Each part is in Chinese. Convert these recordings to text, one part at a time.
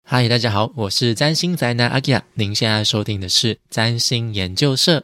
嗨，大家好，我是占星宅男阿基亚，您现在收听的是占星研究社。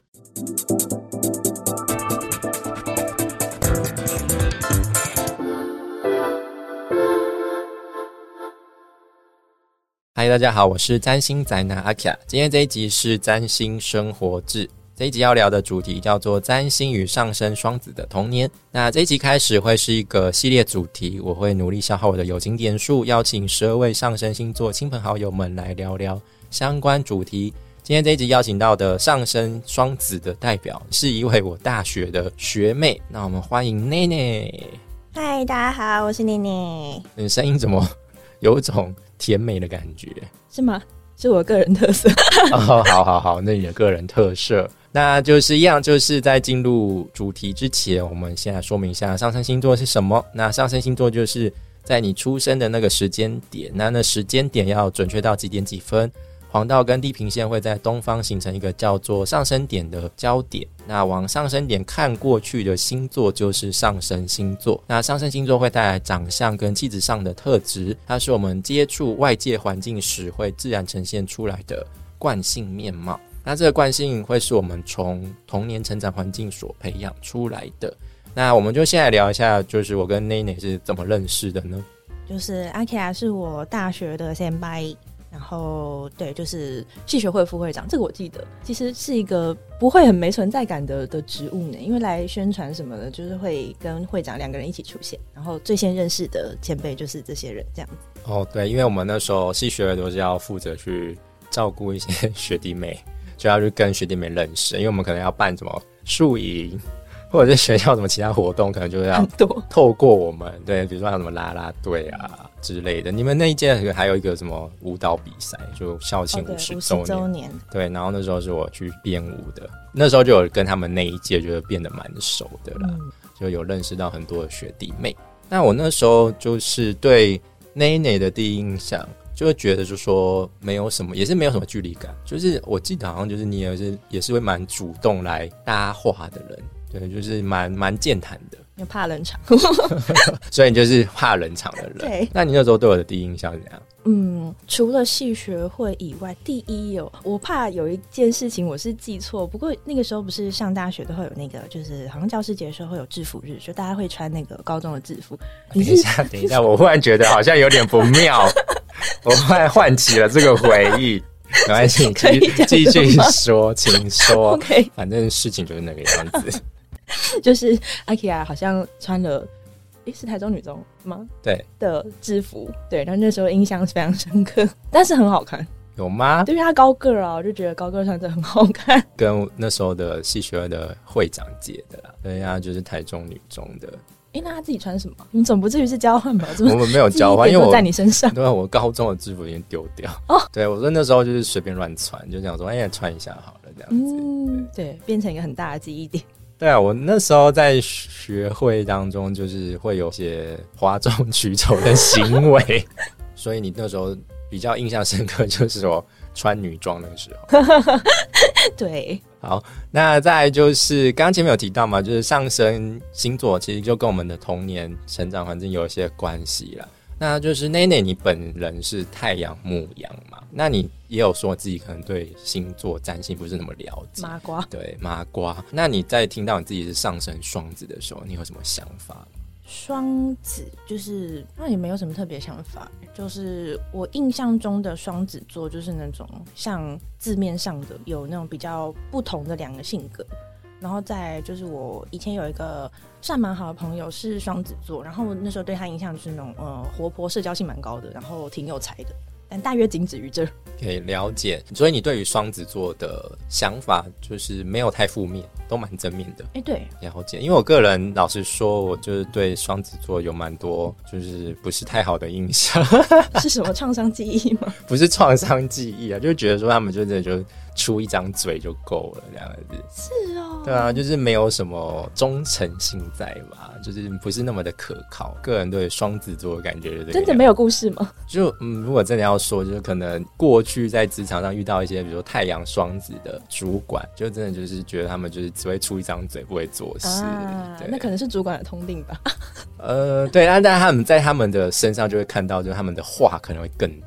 嗨，大家好，我是占星宅男阿基亚，今天这一集是占星生活志。这一集要聊的主题叫做占星与上升双子的童年。那这一集开始会是一个系列主题，我会努力消耗我的友情点数，邀请12位上升星座亲朋好友们来聊聊相关主题。今天这一集邀请到的上升双子的代表是一位我大学的学妹，那我们欢迎内内。 嗨，大家好，我是内内。 你声音怎么有一种甜美的感觉？ 是吗？是我个人特色。 哦，好，那你的个人特色。那就是一样，就是在进入主题之前，我们先来说明一下上升星座是什么。那上升星座就是在你出生的那个时间点，那时间点要准确到几点几分，黄道跟地平线会在东方形成一个叫做上升点的交点，那往上升点看过去的星座就是上升星座。那上升星座会带来长相跟气质上的特质，它是我们接触外界环境时会自然呈现出来的惯性面貌。那这个惯性会是我们从童年成长环境所培养出来的。那我们就先来聊一下，就是我跟内内是怎么认识的呢？ 就是阿 K 是我大学的先輩，然后对，就是系学会副会长，这个我记得。其实是一个不会很没存在感的职务呢，因为来宣传什么的，就是会跟会长两个人一起出现，然后最先认识的前辈就是这些人这样子。 哦，对，因为我们那时候系学会都是要负责去照顾一些学弟妹，就要去跟学弟妹认识，因为我们可能要办什么宿营，或者是学校什么其他活动，可能就要透过我们，对，比如说像什么啦啦队啊之类的。你们那一届还有一个什么舞蹈比赛，就校庆50周年，对，然后那时候是我去编舞的，那时候就有跟他们那一届就变得蛮熟的啦，就有认识到很多的学弟妹。那我那时候就是对内内的第一印象，就会觉得就说没有什么，也是没有什么距离感。就是我记得好像就是你也是会蛮主动来搭话的人，对，就是蛮健谈的。 因为怕冷场， 所以你就是怕冷场的人。 对， 那你那时候对我的第一印象是怎样？ 除了系学会以外，第一我怕有一件事情我是记错，不过那个时候不是上大学都会有那个，就是好像教师节的时候会有制服日，就大家会穿那个高中的制服。 等一下，我忽然觉得好像有点不妙，我忽然唤起了这个回忆。没关系，继续说，请说。 Okay. 反正事情就是那个样子。 就是阿 K 好像穿了，是台中女中吗？ 对的制服，对，然后那时候印象非常深刻，但是很好看。有吗？对，因为他高个啊，我就觉得高个穿真的很好看。 跟那时候的系学会的会长借的啦，对啊，就是台中女中的。 那他自己穿什么？你总不至于是交换吧？ 我们没有交换，因为我在你身上。 对啊，我高中的制服已经丢掉。对，我说那时候就是随便乱穿，就想说穿一下好了这样子。 对，变成一个很大的记忆点。 对啊，我那时候在学会当中，就是会有些哗众取宠的行为，所以你那时候比较印象深刻，就是我穿女装那个时候。 对， 好，那再来就是刚刚前面有提到嘛，就是上升星座其实就跟我们的童年成长环境有一些关系啦。那就是内内你本人是太阳牧羊嘛，那你也有说自己可能对星座占星不是那么了解， 麻瓜，对， 麻瓜。那你在听到你自己是上升双子的时候，你有什么想法？ 双子就是那也没有什么特别想法，就是我印象中的双子座就是那种像字面上的有那种比较不同的两个性格，然后再来就是我以前有一个算蛮好的朋友是双子座，然后那时候对他印象就是那种活泼社交性蛮高的，然后挺有才的，但大约仅止于这。 可以了解，所以你对于双子座的想法就是没有太负面，都蛮正面的。 对， 了解。因为我个人老实说，我就是对双子座有蛮多就是不是太好的印象。 是什么创伤记忆吗？ 不是创伤记忆啊，就觉得说他们就真的就出一张嘴就够了这样子。 是哦， 对啊，就是没有什么忠诚性在吧，就是不是那么的可靠。个人对双子座的感觉就是真的没有故事吗？ 就如果真的要说，就是可能过去在职场上遇到一些比如说太阳双子的主管，就真的就是觉得他们就是只会出一张嘴不会做事对， 那可能是主管的通病吧。 对，但他们在他们的身上就会看到，就是他们的话可能会更多，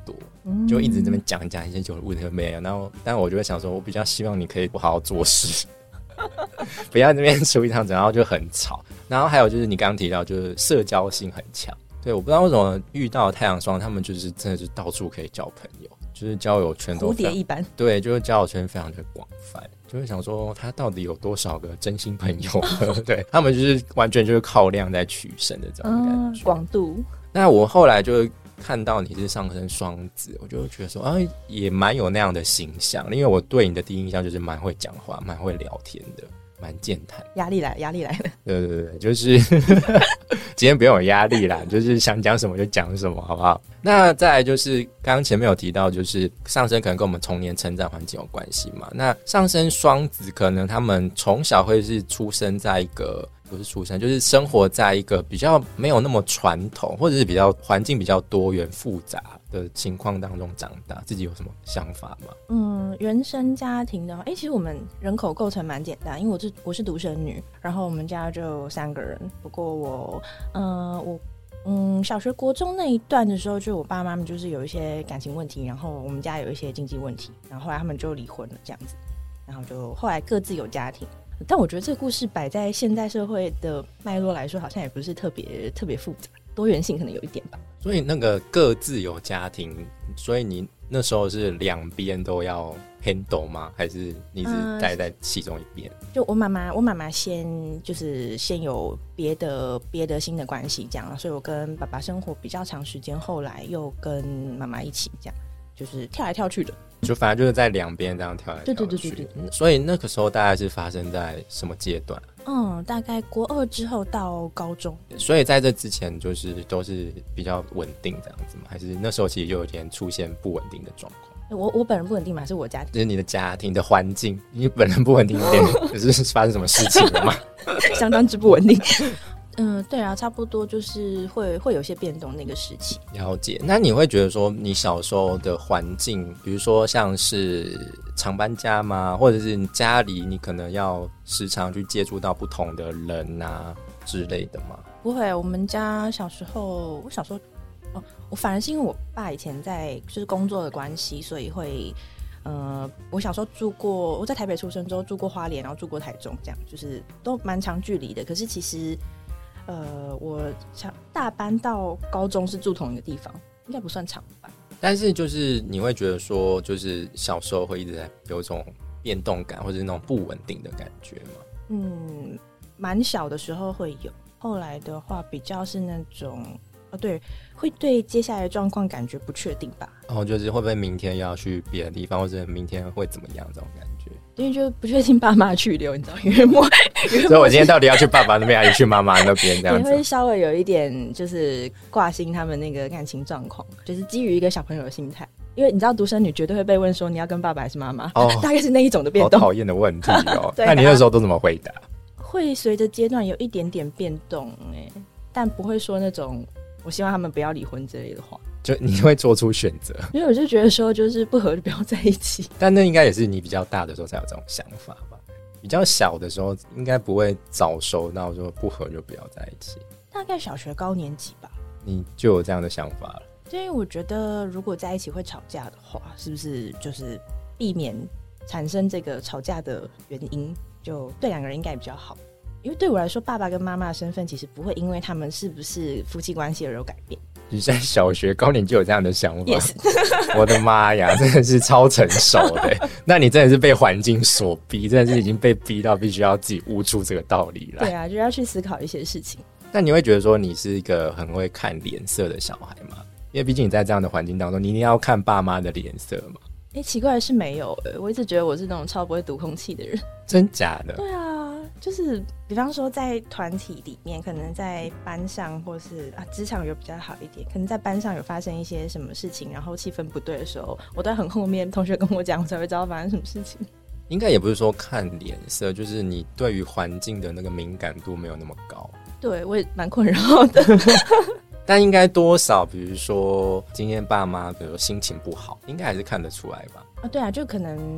就一直这边讲一些有的没有，然后但我就会想说，我比较希望你可以好好做事，不要那边出一趟嘴，然后就很吵。然后还有就是你刚刚提到，就是社交性很强。对，我不知道为什么遇到太阳双，他们就是真的是到处可以交朋友，就是交友圈都蝴蝶一般。 对，就是交友圈非常的广泛，就会想说他到底有多少个真心朋友？对，他们就是完全就是靠量在取胜的这种感觉。 广度。 那我后来就看到你是上升双子，我就觉得说，也蛮有那样的形象，因为我对你的第一印象就是蛮会讲话、蛮会聊天的，蛮健谈。 压力来了。 对，就是今天不用有压力啦，就是想讲什么就讲什么，好不好？那再来就是刚刚前面有提到，就是上升可能跟我们童年成长环境有关系嘛。那上升双子可能他们从小会是出生在一个。不是出生，就是生活在一个比较没有那么传统，或者是比较环境比较多元复杂的情况当中长大，自己有什么想法吗？ 原生家庭的话，其实我们人口构成蛮简单，因为我是独生女，然后我们家就3个人。不过我小学国中那一段的时候，就我爸妈们就是有一些感情问题，然后我们家有一些经济问题，然后后来他们就离婚了这样子，然后就后来各自有家庭。但我觉得这个故事摆在现代社会的脉络来说，好像也不是特别复杂，多元性可能有一点吧。 所以那个各自有家庭，所以你那时候是两边都要 handle 吗？还是你是待在其中一边？就我妈妈先有别的新的关系这样，所以我跟爸爸生活比较长时间，后来又跟妈妈一起这样，就是跳来跳去的。 就反正就是在两边这样跳来跳去。对。所以那个时候大概是发生在什么阶段？ 大概国2之后到高中。 所以在这之前就是都是比较稳定这样子吗？还是那时候其实就有点出现不稳定的状况？ 我本人不稳定吗？还是我家庭？ 就是你的家庭的环境，你本人不稳定一点，可是发生什么事情了吗？ 相当之不稳定。对啊，差不多就是会有些变动那个时期。 了解。那你会觉得说你小时候的环境，比如说像是常搬家吗？或者是你家里你可能要时常去接触到不同的人啊之类的吗？ 不会，我们家我小时候我反而是因为我爸以前在就是工作的关系，所以会我小时候我在台北出生之后住过花莲，然后住过台中，这样就是都蛮长距离的。可是其实我大班到高中是住同一个地方，应该不算长吧。 但是就是你会觉得说，就是小时候会一直在有一种变动感，或者是那种不稳定的感觉吗？ 蛮小的时候会有，后来的话比较是那种对，会对接下来的状况感觉不确定吧。 就是会不会明天要去别的地方，或者明天会怎么样这种感觉。 因为就不确定爸妈去留，你知道， 所以我今天到底要去爸爸那边还是去妈妈那边这样子？ 也会稍微有一点就是挂心他们那个感情状况，就是基于一个小朋友的心态。因为你知道独生女绝对会被问说你要跟爸爸还是妈妈，大概是那一种的变动。 好讨厌的问题哦。 对啊， 那你那时候都怎么回答？ 会随着阶段有一点点变动但不会说那种我希望他们不要离婚之类的话。 就你会做出选择， 因为我就觉得说就是不合就不要在一起。 但那应该也是你比较大的时候才有这种想法吧？比较小的时候应该不会早熟到说不合就不要在一起。 大概小学高年级吧， 你就有这样的想法了。 因为我觉得如果在一起会吵架的话，是不是就是避免产生这个吵架的原因，就对两个人应该比较好。因为对我来说，爸爸跟妈妈的身份其实不会因为他们是不是夫妻关系而有改变。 你在小学高年就有这样的想法？ Yes 我的妈呀，真的是超成熟的。那你真的是被环境所逼，真的是已经被逼到必须要自己悟出这个道理来。 对啊，就要去思考一些事情。 那你会觉得说你是一个很会看脸色的小孩吗？因为毕竟你在这样的环境当中，你一定要看爸妈的脸色嘛。 奇怪的是没有我一直觉得我是那种超不会读空气的人。 真假的？ 对啊，就是比方说在团体里面，可能在班上或是职场有比较好一点，可能在班上有发生一些什么事情，然后气氛不对的时候，我在很后面同学跟我讲，我才会知道发生什么事情。 应该也不是说看脸色，就是你对于环境的那个敏感度没有那么高。 对，我也蛮困扰的。 但应该多少，比如说今天爸妈比如说心情不好，应该还是看得出来吧？ 对啊，就可能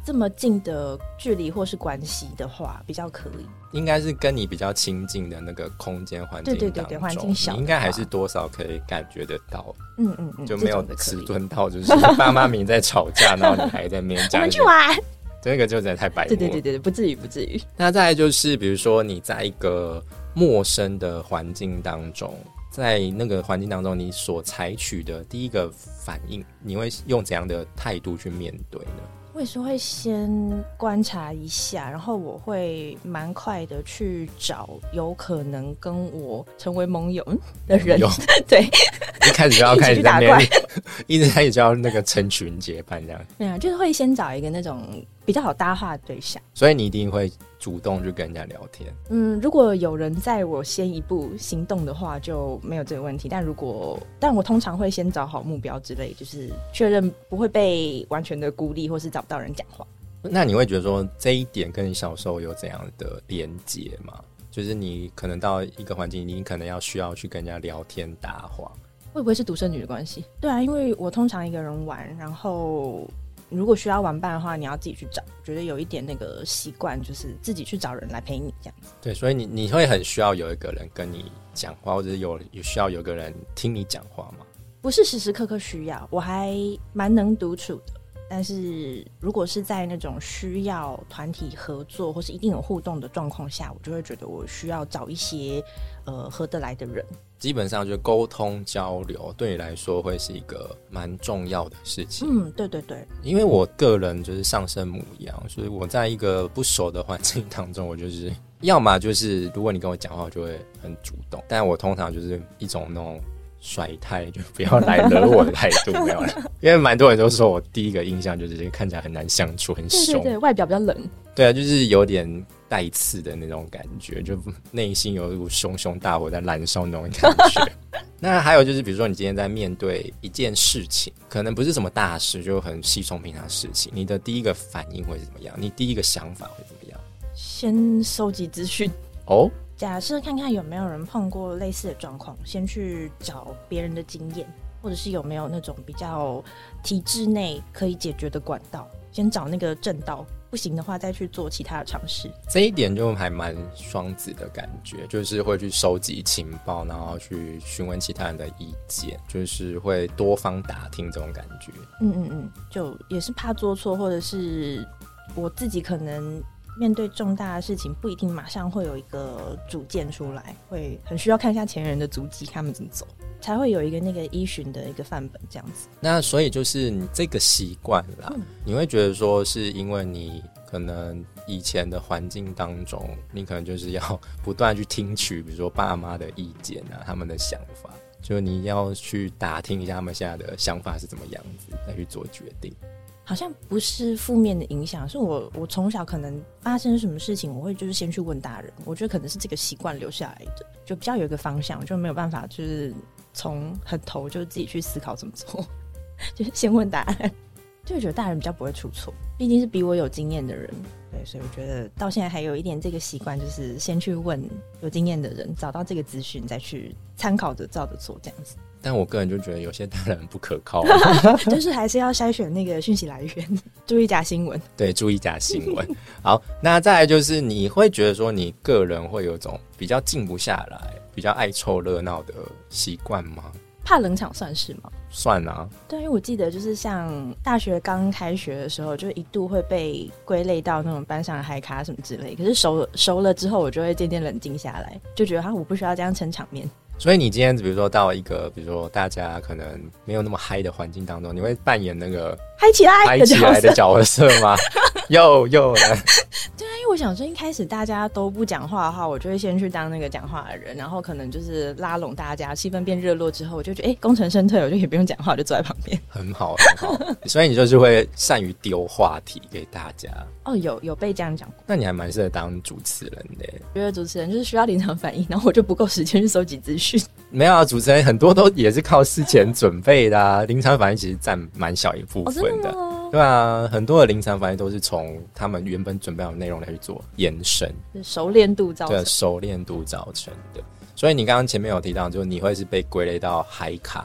这么近的距离或是关系的话，比较可以。 应该是跟你比较亲近的那个空间环境当中， 对，环境小， 你应该还是多少可以感觉得到，就没有迟钝到就是爸妈明在吵架，然后你还在那边讲我们去玩， 这个就真的太白目了。 对，不至于。 那再来就是比如说你在一个陌生的环境当中，在那个环境当中你所采取的第一个反应，你会用怎样的态度去面对呢？ 我也是会先观察一下，然后我会蛮快的去找有可能跟我成为盟友的人。对， 一开始就要开始在那边一直开始就要那个成群结伴这样。 对啊，就是会先找一个那种比较好搭话的对象。 所以你一定会主动去跟人家聊天。 如果有人在我先一步行动的话，就没有这个问题。但我通常会先找好目标之类，就是确认不会被完全的孤立，或是找不到人讲话。 那你会觉得说这一点跟你小时候有怎样的连结吗？就是你可能到一个环境，你可能需要去跟人家聊天搭话。 会不会是独生女的关系？对啊，因为我通常一个人玩，然后如果需要玩伴的话，你要自己去找。我觉得有一点那个习惯，就是自己去找人来陪你这样子。 对，所以你会很需要有一个人跟你讲话，或者是有需要有个人听你讲话吗？ 不是时时刻刻需要，我还蛮能独处的。但是如果是在那种需要团体合作或是一定有互动的状况下，我就会觉得我需要找一些合得来的人。 基本上就沟通交流对你来说会是一个蛮重要的事情。 对， 因为我个人就是上升母羊，所以我在一个不熟的环境当中，我就是要么就是如果你跟我讲话，我就会很主动，但我通常就是一种那种甩态，就不要来惹我的态度没有了。因为蛮多人都说我第一个印象就是看起来很难相处，很凶， 对，外表比较冷。 对啊，就是有点带刺的那种感觉，就内心有一股熊熊大火在燃烧那种感觉。那还有就是比如说你今天在面对一件事情，可能不是什么大事，就很稀松平常的事情，你的第一个反应会是怎么样？你第一个想法会怎么样？ 先收集资讯哦， 假设看看有没有人碰过类似的状况，先去找别人的经验，或者是有没有那种比较体制内可以解决的管道，先找那个正道，不行的话再去做其他的尝试。 这一点就还蛮双子的感觉，就是会去收集情报，然后去询问其他人的意见，就是会多方打听这种感觉。 就也是怕做错，或者是我自己可能面对重大的事情不一定马上会有一个主见出来，会很需要看一下前人的足迹，他们怎么走，才会有一个那个依循的一个范本这样子。 那所以就是你这个习惯啦，你会觉得说是因为你可能以前的环境当中，你可能就是要不断去听取比如说爸妈的意见啊，他们的想法，就你要去打听一下他们现在的想法是怎么样子，再去做决定。 好像不是负面的影响，是我从小可能发生什么事情，我会就是先去问大人。我觉得可能是这个习惯留下来的，就比较有一个方向，就没有办法就是从很头就自己去思考怎么做，就是先问答案，就会觉得大人比较不会出错，毕竟是比我有经验的人。对，所以我觉得到现在还有一点这个习惯，就是先去问有经验的人，找到这个资讯，再去参考着照着做这样子。 但我个人就觉得有些大人不可靠， 就是还是要筛选那个讯息来源，注意假新闻。 对，注意假新闻。好，那再来就是你会觉得说你个人会有种比较静不下来，比较爱凑热闹的习惯吗？ 怕冷场算是吗？ 算啊。 对，因为我记得就是像大学刚开学的时候，就一度会被归类到那种班上的嗨咖什么之类，可是熟了之后，我就会渐渐冷静下来，就觉得我不需要这样撑场面。所以你今天比如说到一个比如说大家可能没有那么嗨的环境当中，你会扮演那个嗨起来的角色吗？又对啊，因为我想说一开始大家都不讲话的话，我就会先去当那个讲话的人，然后可能就是拉拢大家，气氛变热络之后，我就觉得功成身退，我就可以不用讲话，我就坐在旁边。 很好所以你就是会善于丢话题给大家。 有被这样讲过。 那你还蛮适合当主持人的。 觉得主持人就是需要临场反应，然后我就不够时间去收集资讯。 没有啊，主持人很多都也是靠事前准备的啊，临场反应其实占蛮小一部分的。对啊，很多的临场反应都是从他们原本准备好的内容来去做延伸， 熟练度造成。 对，熟练度造成的。所以你刚刚前面有提到，就是你会是被归类到嗨咖。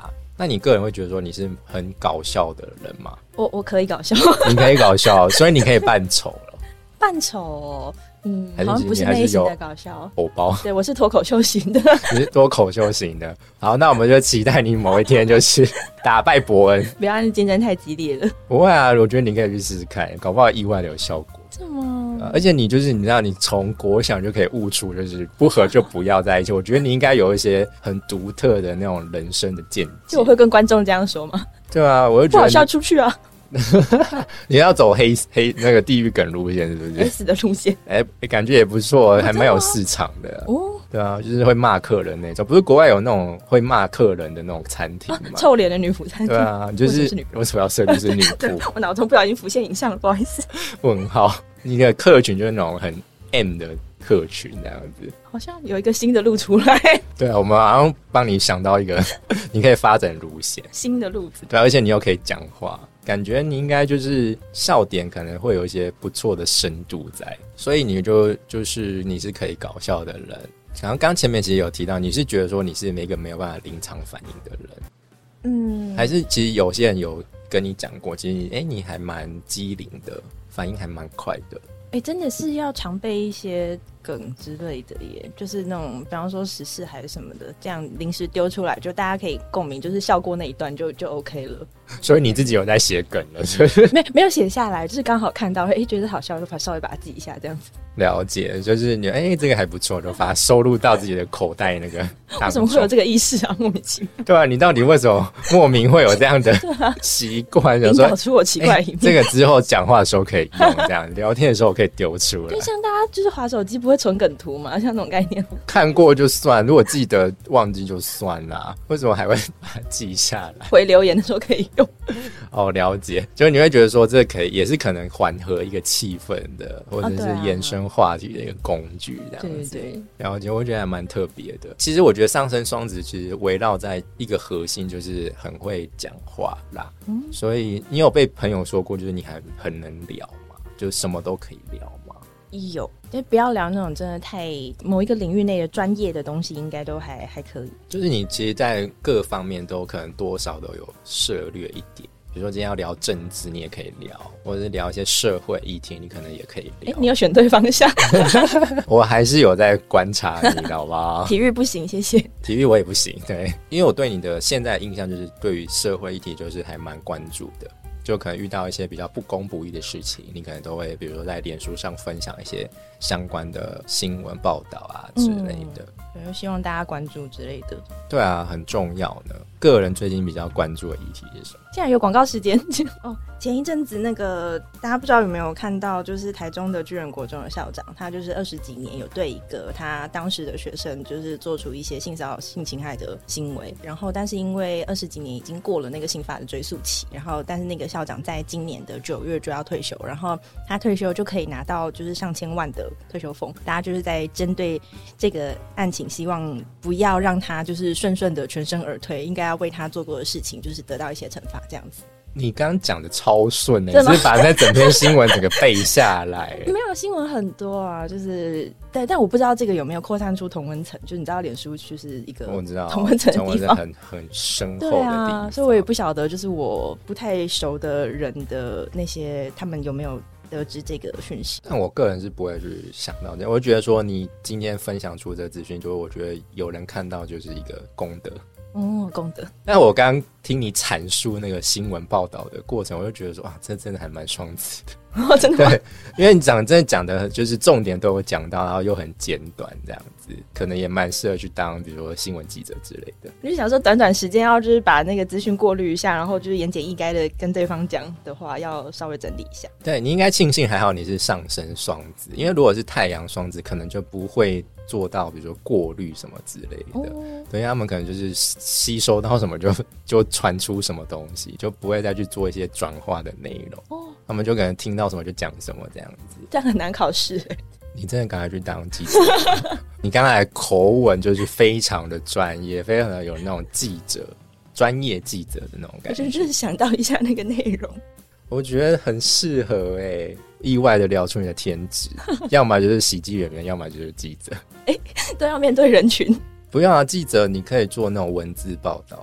那你个人会觉得说你是很搞笑的人吗？ 我可以搞笑， 你可以搞笑，所以你可以扮丑了。 扮丑哦， 还是好像不是那一型的搞笑， 偶包。 对，我是脱口秀型的， 你是脱口秀型的。好，那我们就期待你某一天就是打败伯恩。 不要让竞争太激烈了。 不会啊，我觉得你可以去试试看，搞不好意外的有效果。 是吗？ 而且你就是你知道，你从国小就可以悟出，就是不合就不要在一起。我觉得你应该有一些很独特的那种人生的见解。 就我会跟观众这样说吗？ 对啊，我就觉得不好笑出去啊。 你要走黑那个地狱梗路线是不是？ 黑死的路线， 感觉也不错，还蛮有市场的哦。对啊，就是会骂客人那种，不是国外有那种会骂客人的那种餐厅吗？ 臭脸的女仆餐厅。 对啊，就是为什么要设计是女仆？ 我脑中不小心浮现影像了，不好意思。 问号，你的客群就是那种很 M 的客群这样子。 好像有一个新的路出来。 对啊，我们好像帮你想到一个你可以发展路线， 新的路子。 对，而且你又可以讲话。感觉你应该就是笑点可能会有一些不错的深度在，所以你就是你是可以搞笑的人。然后刚前面其实有提到，你是觉得说你是一个没有办法临场反应的人，还是其实有些人有跟你讲过，其实你还蛮机灵的，反应还蛮快的。 真的是要常背一些梗之类的耶，就是那种比方说时事还是什么的，这样临时丢出来，就大家可以共鸣，就是笑过那一段就 OK 了。 所以你自己有在写梗了，是不是？ 没有写下来，就是刚好看到，觉得好笑，就稍微把它记一下，这样子。 了解，就是你这个还不错，就把它收录到自己的口袋那个。 为什么会有这个意识啊？莫名其妙。 对啊，你到底为什么莫名会有这样的习惯？ 引导出我奇怪的一面。 这个之后讲话的时候可以用，这样聊天的时候可以丢出来。 就像大家就是滑手机不会存梗图嘛，像那种概念。看过就算，如果记得忘记就算啦，为什么还会把它记下来？ 回留言的时候可以用。 哦，了解，就是你会觉得说这也是可能缓和一个气氛的，或者是延伸话题的一个工具，这样子。对，了解，我觉得还蛮特别的。其实我觉得上升双子其实围绕在一个核心，就是很会讲话啦。所以你有被朋友说过，就是你还很能聊嘛，就什么都可以聊嘛。 有，就不要聊那种真的太某一个领域内的专业的东西，应该都还可以。就是你其实，在各方面都可能多少都有涉略一点。比如说今天要聊政治，你也可以聊，或者是聊一些社会议题，你可能也可以聊。 你有选对方向。 我还是有在观察你，好不好？ 体育不行，谢谢。 体育我也不行，对，因为我对你的现在的印象就是对于社会议题就是还蛮关注的。就可能遇到一些比较不公不义的事情，你可能都会比如说在脸书上分享一些相关的新闻报道啊之类的。 对，希望大家关注之类的。 对啊，很重要呢。个人最近比较关注的议题是什么？ 竟然有广告时间哦！前一阵子那个大家不知道有没有看到，就是台中的巨人国中的校长，他就是20几年有对一个他当时的学生就是做出一些性骚扰、性侵害的行为，然后但是因为20几年已经过了那个刑法的追诉期，然后但是那个校长在今年的9月就要退休，然后他退休就可以拿到就是上千万的退休俸，大家就是在针对这个案情，希望不要让他就是顺顺的全身而退，应该要为他做过的事情就是得到一些惩罚这样子。 你刚刚讲的超顺你是把那整篇新闻整个背下来。 没有，新闻很多啊，就是对，但我不知道这个有没有扩散出同温层，就你知道脸书就是一个我知道同温层的地方， 很深厚的地方。对啊， 所以我也不晓得就是我不太熟的人的那些他们有没有得知这个讯息。 但我个人是不会去想到这样，我觉得说你今天分享出这个资讯，就是我觉得有人看到就是一个功德。 功德。 但我刚刚听你阐述那个新闻报道的过程，我就觉得说啊，这真的还蛮双子的。 真的吗？ 对，因为你真的讲的就是重点都有讲到，然后又很简短这样子，可能也蛮适合去当比如说新闻记者之类的。 我就想说短短时间要就是把那个资讯过滤一下，然后就是言简意赅的跟对方讲的话要稍微整理一下。 对，你应该庆幸还好你是上升双子，因为如果是太阳双子可能就不会做到比如说过滤什么之类的。对，他们可能就是吸收到什么就传出什么东西，就不会再去做一些转化的内容。他们就可能听到什么就讲什么这样子。 这样很难考试。 你真的赶快去当记者。你刚才口吻就是非常的专业，非常的有那种记者专业记者的那种感觉。 我就是想到一下那个内容， 我觉得很适合意外的聊出你的天职。要么就是喜剧演员，要么就是记者。 都要面对人群。 不要啊，记者你可以做那种文字报道的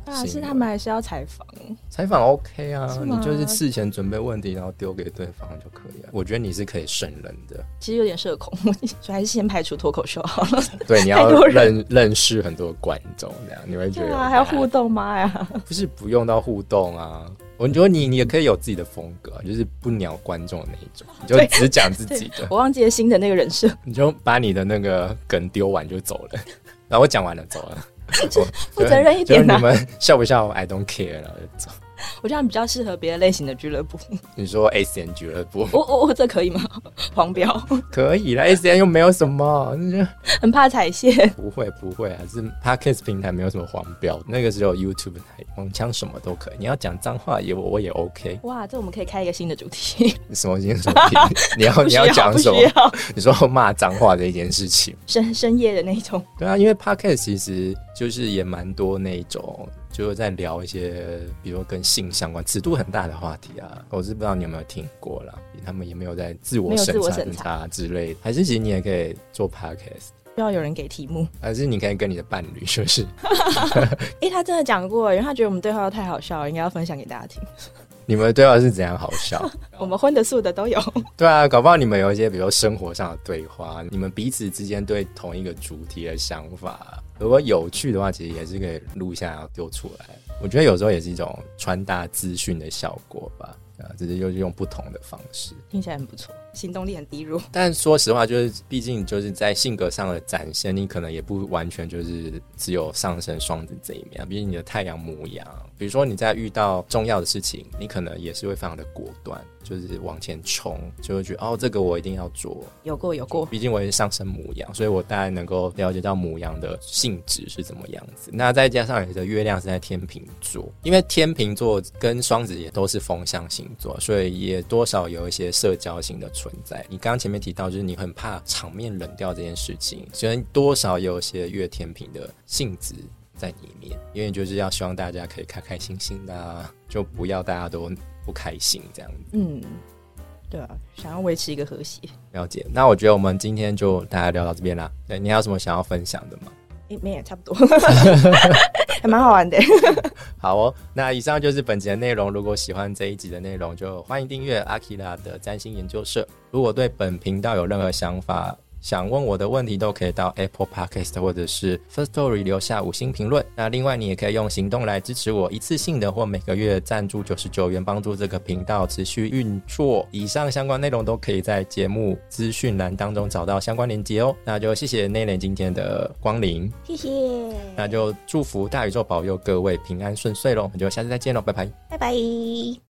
是他们还是要采访？ 采访 OK 啊，你就是事前准备问题，然后丢给对方就可以了。我觉得你是可以胜任的。 其实有点社恐，所以还是先排除脱口秀好了。 对，你要认识很多观众，这样你会觉得还要互动吗呀？ 不是不用到互动啊。我觉得你也可以有自己的风格，就是不鸟观众的那一种，你就只讲自己的。 我忘记了新的那个人设， 你就把你的那个梗丢完就走了，然后我讲完了走了。 负责任一点啊！ 你们笑不笑 ？I don't care 了，就走。 我这样比较适合别的类型的俱乐部。 你说 ACN 俱乐部， 我这可以吗？黄标可以啦 ，ACN 又没有什么， 很怕踩线。 不会啊，是 Podcast 平台没有什么黄标，那个只有 YouTube 台，黄腔什么都可以。你要讲脏话我也 OK。 哇，这我们可以开一个新的主题。 什么新的主题？你要讲什么？你说骂脏话的一件事情， 深夜的那种。 对啊，因为 Podcast 其实就是也蛮多那种。就是在聊一些比如说跟性相关尺度很大的话题啊，我是不知道你有没有听过啦，他们也没有在自我审查之类的，还是其实你也可以做 podcast， 不要有人给题目， 还是你可以跟你的伴侣是不是他真的讲过，因为他觉得我们对话太好笑了，应该要分享给大家听。 你们的对话是怎样好笑？ 我们荤的素的都有。对啊，搞不好你们有一些比如生活上的对话，你们彼此之间对同一个主题的想法，如果有趣的话，其实也是可以录下来丢出来。我觉得有时候也是一种传达资讯的效果吧，只是就是用不同的方式。 听起来很不错，行动力很低落。 但说实话，就是毕竟就是在性格上的展现，你可能也不完全就是只有上升双子这一面，毕竟你的太阳牡羊，比如说你在遇到重要的事情，你可能也是会非常的果断，就是往前冲，就会觉得这个我一定要做。有过，毕竟我也是上升牡羊，所以我大概能够了解到牡羊的性质是怎么样子。那再加上你的月亮是在天秤座，因为天秤座跟双子也都是风象星座，所以也多少有一些社交性的存在。你刚刚前面提到就是你很怕场面冷掉这件事情，所以多少有一些月天秤的性质在里面，因为就是要希望大家可以开开心心的啊，就不要大家都不开心这样子。 对啊，想要维持一个和谐。 了解。那我觉得我们今天就大家聊到这边啦。对，你还有什么想要分享的吗？ 没有，差不多还蛮好玩的好哦，那以上就是本集的内容。如果喜欢这一集的内容，就欢迎订阅阿基拉的占星研究社。如果对本频道有任何想法想问我的问题，都可以到 Apple Podcast 或者是 Firstory 留下5星评论。那另外你也可以用行动来支持我，一次性的或每个月赞助99元，帮助这个频道持续运作。以上相关内容都可以在节目资讯栏当中找到相关连结哦。那就谢谢内联今天的光临， 谢谢。 那就祝福大宇宙保佑各位平安顺遂咯，我们就下次再见咯，拜拜， 拜拜。